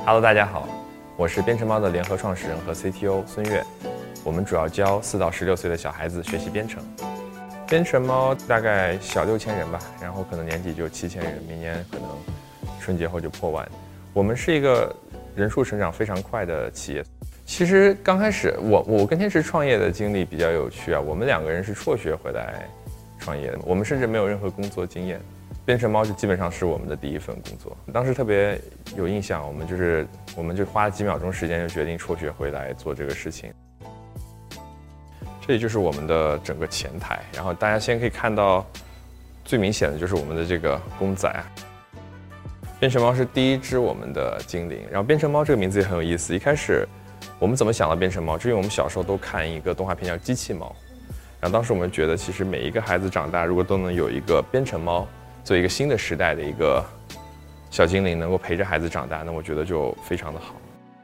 Hello， 大家好，我是编程猫的联合创始人和 CTO 孙悦。我们主要教4到16岁的小孩子学习编程。编程猫大概小6000人吧，然后可能年底就7000人，明年可能春节后就破万。我们是一个人数成长非常快的企业。其实刚开始我跟天池创业的经历比较有趣啊，我们2个人是辍学回来创业的，我们甚至没有任何工作经验。编程猫基本上是我们的第一份工作，当时特别有印象，我们就花了几秒钟时间就决定辍学回来做这个事情。这里就是我们的整个前台，然后大家先可以看到最明显的就是我们的这个公仔啊。编程猫是第一只我们的精灵，然后编程猫这个名字也很有意思。一开始我们怎么想到编程猫，就是因为我们小时候都看一个动画片叫《机器猫》，然后当时我们觉得其实每一个孩子长大如果都能有一个编程猫，做一个新的时代的一个小精灵，能够陪着孩子长大，那我觉得就非常的好。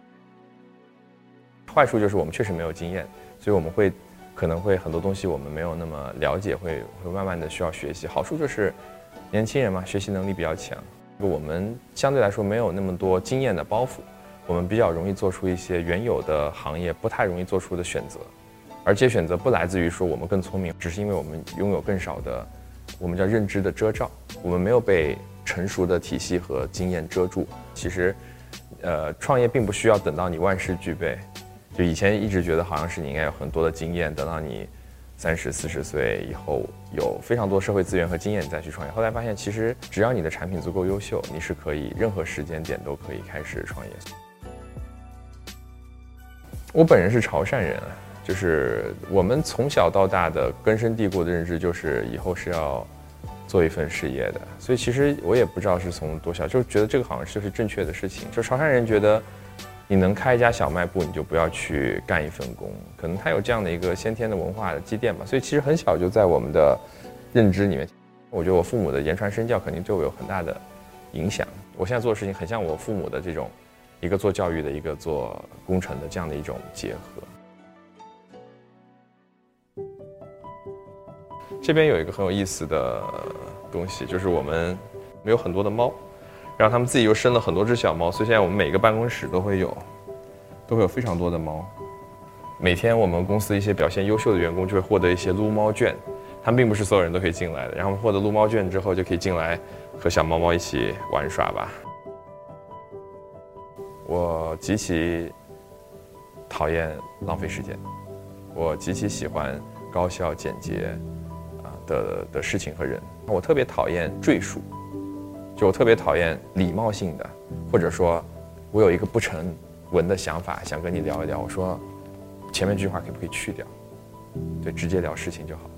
坏处就是我们确实没有经验，所以我们可能会很多东西我们没有那么了解，会慢慢的需要学习。好处就是年轻人嘛，学习能力比较强，我们相对来说没有那么多经验的包袱，我们比较容易做出一些原有的行业不太容易做出的选择，而这些选择不来自于说我们更聪明，只是因为我们拥有更少的我们叫认知的遮罩，我们没有被成熟的体系和经验遮住。其实，创业并不需要等到你万事俱备。就以前一直觉得好像是你应该有很多的经验，等到你30、40岁以后有非常多社会资源和经验再去创业。后来发现，其实只要你的产品足够优秀，你是可以任何时间点都可以开始创业。我本人是潮汕人。就是我们从小到大的根深蒂固的认知就是以后是要做一份事业的，所以其实我也不知道是从多小就觉得这个好像就是正确的事情。就潮汕人觉得你能开一家小卖部，你就不要去干一份工，可能他有这样的一个先天的文化的积淀吧。所以其实很小就在我们的认知里面，我觉得我父母的言传身教肯定对我有很大的影响。我现在做的事情很像我父母的这种一个做教育的，一个做工程的这样的一种结合。这边有一个很有意思的东西，就是我们有很多的猫，然后他们自己又生了很多只小猫，所以现在我们每个办公室都会有非常多的猫。每天我们公司一些表现优秀的员工就会获得一些撸猫券，他们并不是所有人都可以进来的，然后获得撸猫券之后就可以进来和小猫猫一起玩耍吧。我极其讨厌浪费时间，我极其喜欢高效简洁的事情和人。我特别讨厌赘述，就我特别讨厌礼貌性的，或者说我有一个不成文的想法想跟你聊一聊，我说前面这句话可不可以去掉，对，直接聊事情就好。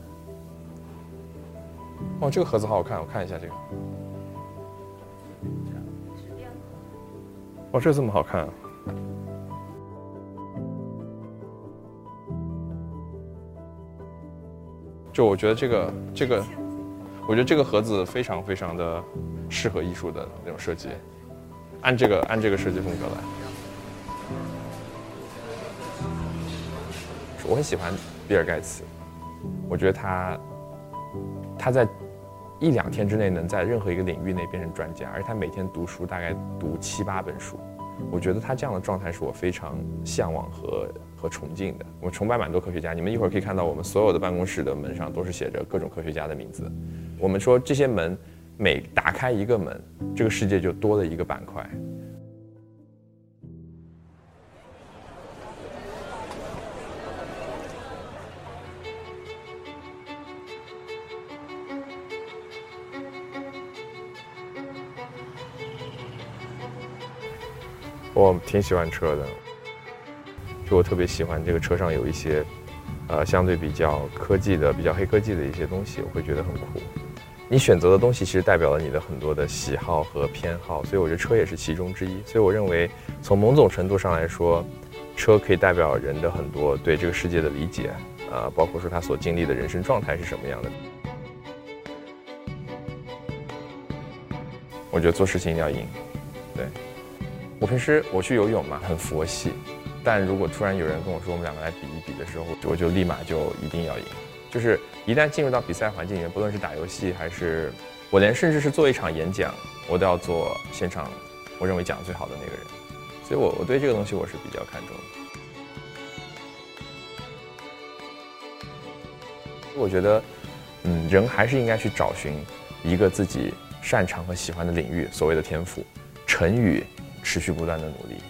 哦，这个盒子好好看，我看一下这个。哦，这这么好看啊。就我觉得这个，我觉得这个盒子非常非常的适合艺术的那种设计，按这个设计风格来。我很喜欢比尔盖茨，我觉得他在1、2天之内能在任何一个领域内变成专家，而且他每天读书大概读7、8本书。我觉得他这样的状态是我非常向往和崇敬的。我崇拜蛮多科学家，你们一会儿可以看到我们所有的办公室的门上都是写着各种科学家的名字。我们说这些门每打开一个门，这个世界就多了一个板块。我挺喜欢车的，就我特别喜欢这个车上有一些，相对比较科技的、比较黑科技的一些东西，我会觉得很酷。你选择的东西其实代表了你的很多的喜好和偏好，所以我觉得车也是其中之一。所以我认为，从某种程度上来说，车可以代表人的很多对这个世界的理解，包括说他所经历的人生状态是什么样的。我觉得做事情一定要赢，对。我平时去游泳嘛，很佛系，但如果突然有人跟我说我们2个来比一比的时候，我就立马就一定要赢。就是一旦进入到比赛环境里面，不论是打游戏还是甚至是做一场演讲，我都要做现场我认为讲得最好的那个人。 所以我对这个东西我是比较看重的。我觉得，人还是应该去找寻一个自己擅长和喜欢的领域，所谓的天赋，成与持续不断的努力。